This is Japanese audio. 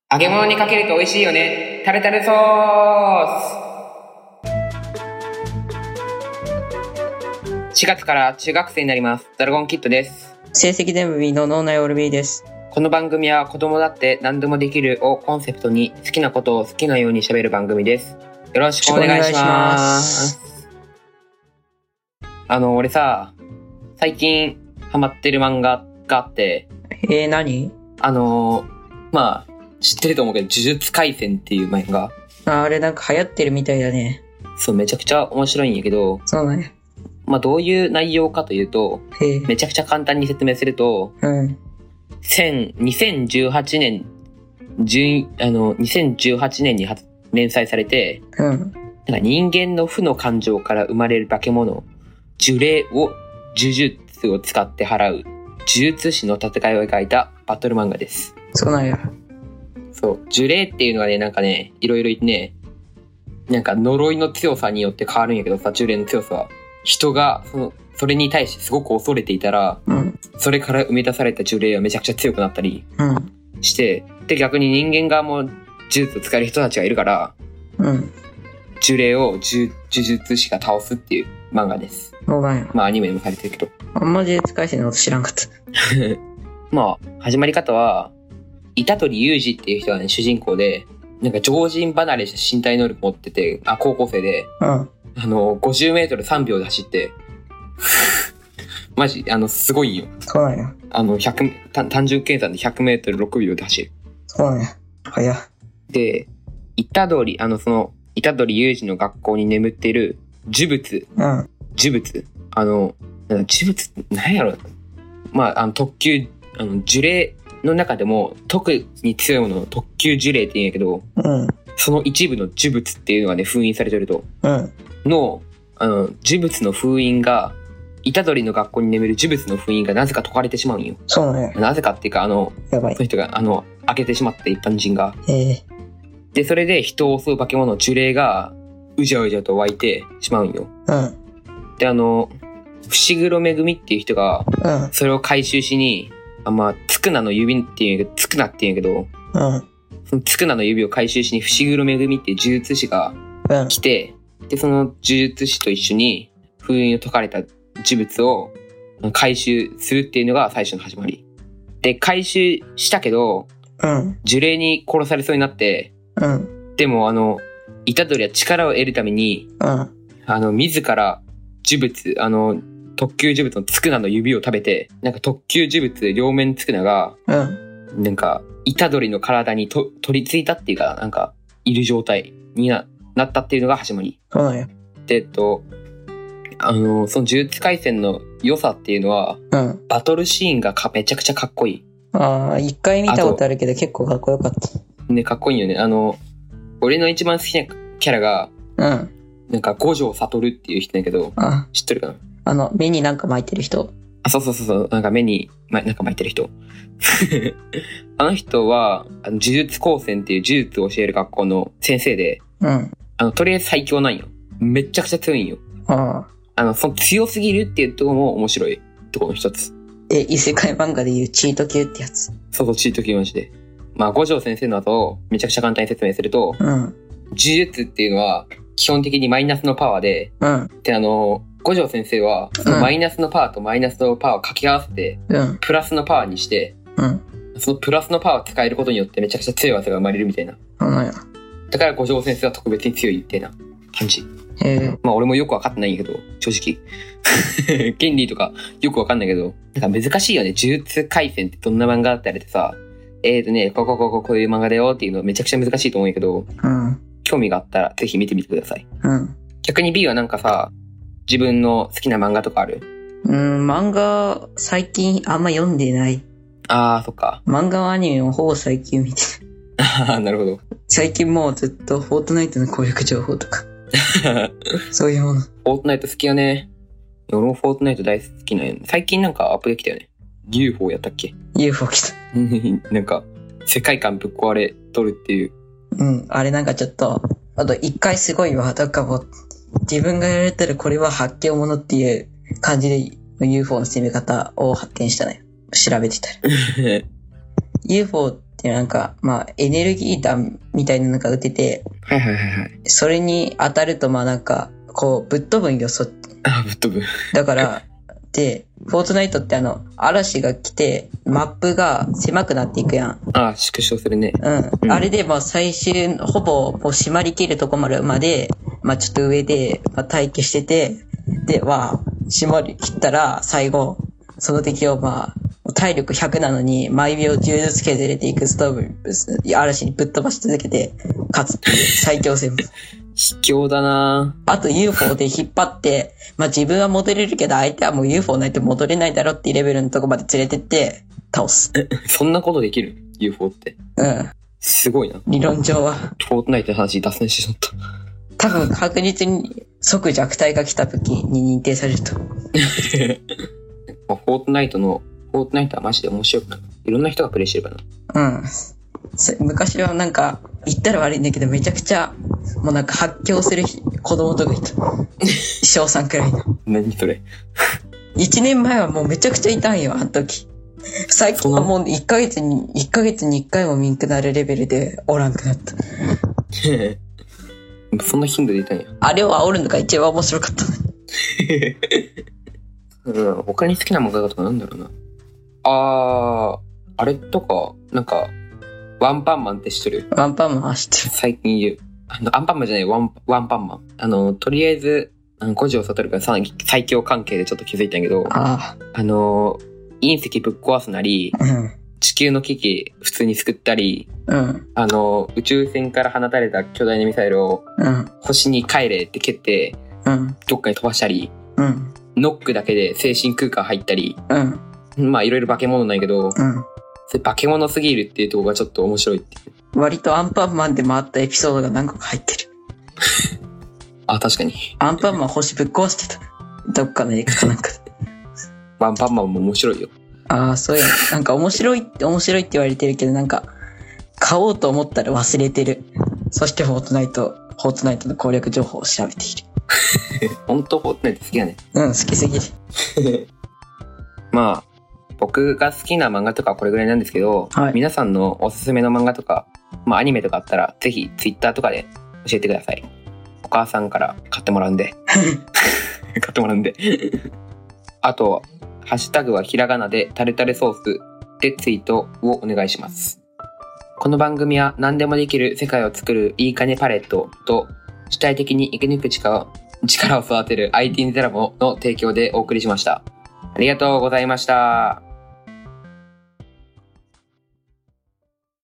揚げ物にかけると美味しいよね。タルタルソース。4月から中学生になります。ドラゴンキッドです。 成績全部 B の脳内オルビーです。 この番組は子供だって何でもできるをコンセプトに好きなことを好きなように喋る番組です。よろしくお願いします。俺さ、最近ハマってる漫画があって。 何？ まあ、知ってると思うけど、呪術廻戦っていう漫画。 あれなんか流行ってるみたいだね。 そう、めちゃくちゃ面白いんやけど。 そうなんや。 まあ、どういう内容かというと、めちゃくちゃ簡単に説明すると、2018年、2018年に連載されて、なんか人間の負の感情から生まれる化け物、呪霊を呪術を使って払う、呪術師の戦いを描いたバトル漫画です。 そうなんや。 そう、呪霊っていうのはね、なんかね、いろいろね、なんか呪いの強さによって変わるんやけどさ、呪霊の強さは。人がそれに対してすごく恐れていたら、それから生み出された呪霊はめちゃくちゃ強くなったりして、で、逆に人間側も呪術を使える人たちがいるから、呪霊を呪術師が倒すっていう漫画です。 そうなんや。 まあアニメもされてるけど。 あんま呪術廻戦のこと知らんかった。 まあ、始まり方は、虎杖裕二っていう人がね、主人公で、なんか常人離れした身体能力持ってて、高校生で、50メートル3秒で走って、マジ、すごいよ。 そうなんや。 単純計算で100メートル6秒で走る。 そうなんや。早っ。で、 虎杖裕二の学校に眠っている呪物。呪物。呪物、何やろ。まあ、特級、呪霊の中でも特に強いものの特級呪霊って言うんやけど、その一部の呪物っていうのがね、封印されてると。呪物の封印が、虎杖の学校に眠る呪物の封印がなぜか解かれてしまうんよ。 そうね。 なぜかっていうか、 やばい。 その人が、開けてしまって一般人が。で、それで人を襲う化け物、呪霊が、うじゃうじゃと湧いてしまうんよ。で、伏黒めぐみっていう人が、それを回収しに、つくなの指っていうんやけど、つくなっていうんやけど、そのつくなの指を回収しに伏黒めぐみっていう呪術師が来て、で、その呪術師と一緒に封印を解かれた呪物を回収するっていうのが最初の始まり。で、回収したけど、呪霊に殺されそうになって、でも虎杖は力を得るために、自ら呪物、特級呪物のつくなの指を食べて、なんか特級呪物両面つくなが、なんか虎杖の体に取り付いたっていうか、なんかいる状態になったっていうのが始まり。で、その呪術廻戦の良さっていうのは、バトルシーンがめちゃくちゃかっこいい。 一回見たことあるけど結構かっこよかった。 ね、かっこいいよね。俺の一番好きなキャラが、なんか五条悟っていう人だけど、知ってるかな？ 目になんか巻いてる人。 そう。なんか目に、なんか巻いてる人。あの人は、呪術高専っていう呪術を教える学校の先生で、とりあえず最強なんよ。めっちゃくちゃ強いんよ。その強すぎるっていうところも面白いところの一つ。 異世界漫画でいうチート級ってやつ。 そう、チート級マジで。五条先生の後をめちゃくちゃ簡単に説明すると、呪術っていうのは基本的にマイナスのパワーで、で、五条先生は、そのマイナスのパワーとマイナスのパワーを掛け合わせて、プラスのパワーにして、そのプラスのパワーを使えることによってめちゃくちゃ強い技が生まれるみたいな。だから五条先生は特別に強いみたいな感じ。俺もよくわかってないんやけど、正直。原理とかよくわかんないけど、なんか難しいよね。呪術廻戦ってどんな漫画だったりってさ、こういう漫画だよっていうのめちゃくちゃ難しいと思うんやけど、興味があったらぜひ見てみてください。逆に B はなんかさ、自分の好きな漫画とかある？ 漫画最近あんま読んでない。 そっか。 漫画はアニメもほぼ最近見てる。なるほど。 最近もうずっとフォートナイトの攻略情報とか。そういうもの。 フォートナイト好きよね。俺もフォートナイト大好きなんや。最近なんかアップできたよね。UFO やったっけ？ UFO 来た。 なんか、世界観ぶっ壊れとるっていう。 あれなんかちょっと、あと一回すごいわ。だからもう、自分がやられたらこれは発見物っていう感じで UFO の攻め方を発見したね。調べてたら。UFO で、なんか、まあ、エネルギー弾みたいなのが撃てて、 はいはいはいはい。 それに当たると、まあなんか、こう、ぶっ飛ぶんよ、 あ、ぶっ飛ぶ。 だから、で、フォートナイトって嵐が来て、マップが狭くなっていくやん。 あ、縮小するね。 うん。あれで、まあ最終、ほぼ、もう締まりきるとこまで、まあちょっと上で、まあ待機してて、で、まあ、締まりきったら、最後、その敵をまあ、体力100なのに、毎秒10ずつ削れていくストーブ、嵐にぶっ飛ばし続けて、勝つっていう最強戦。 卑怯だな。 あと UFO で引っ張って、まあ自分は戻れるけど相手はもう UFO ないと戻れないだろっていうレベルのとこまで連れてって倒す。 そんなことできる ?UFO って。 うん。 すごいな。 理論上は。 フォートナイトの話脱線してしまった。 多分確実に即弱体が来た時に認定されると。フォートナイトはマジで面白くない。いろんな人がプレイしてるからな。うん。昔はなんか、言ったら悪いんだけどめちゃくちゃ、もうなんか発狂する子供とかいた。小3くらいの。 何それ。 1年前はもうめちゃくちゃいたんよ、あの時。最近はもう1ヶ月に1回もミンクなるレベルでおらんくなった。 そんな頻度でいたんや。 あれを煽るのが一番面白かった。 うん、他に好きな漫画とかなんだろうな。あれとか、なんか、ワンパンマンって知ってる？ ワンパンマンは知ってる。 最近言う。アンパンマンじゃない、ワンパンマン。とりあえず、五条悟が最強関係でちょっと気づいたんやけど、隕石ぶっ壊すなり、 うん、 地球の危機普通に救ったり、 うん、 宇宙船から放たれた巨大なミサイルを、 うん、 星に帰れって蹴って、 うん、 どっかに飛ばしたり、 うん、 ノックだけで精神空間入ったり、 うん、 まあいろいろ化け物なんやけど、 うん、 それ化け物すぎるっていうところがちょっと面白いっていう。 割とアンパンマンでもあったエピソードが何個か入ってる。 あ、確かに。 アンパンマン星ぶっ壊してた。どっかの映画かなんかで。 ワンパンマンも面白いよ。 ああ、そうや。なんか面白いって言われてるけど、なんか、買おうと思ったら忘れてる。そしてフォートナイトの攻略情報を調べている。 本当フォートナイト好きだね。 うん、好きすぎる。 まあ、僕が好きな漫画とかはこれぐらいなんですけど、 はい、皆さんのおすすめの漫画とか、まあアニメとかあったら、ぜひツイッターとかで教えてください。お母さんから買ってもらうんで。買ってもらうんで。あと、ハッシュタグはひらがなでタルタルソースでツイートをお願いします。この番組は何でもできる世界を作るいいかねパレットと主体的に生き抜く力を育てる IT ゼラボの提供でお送りしました。ありがとうございました。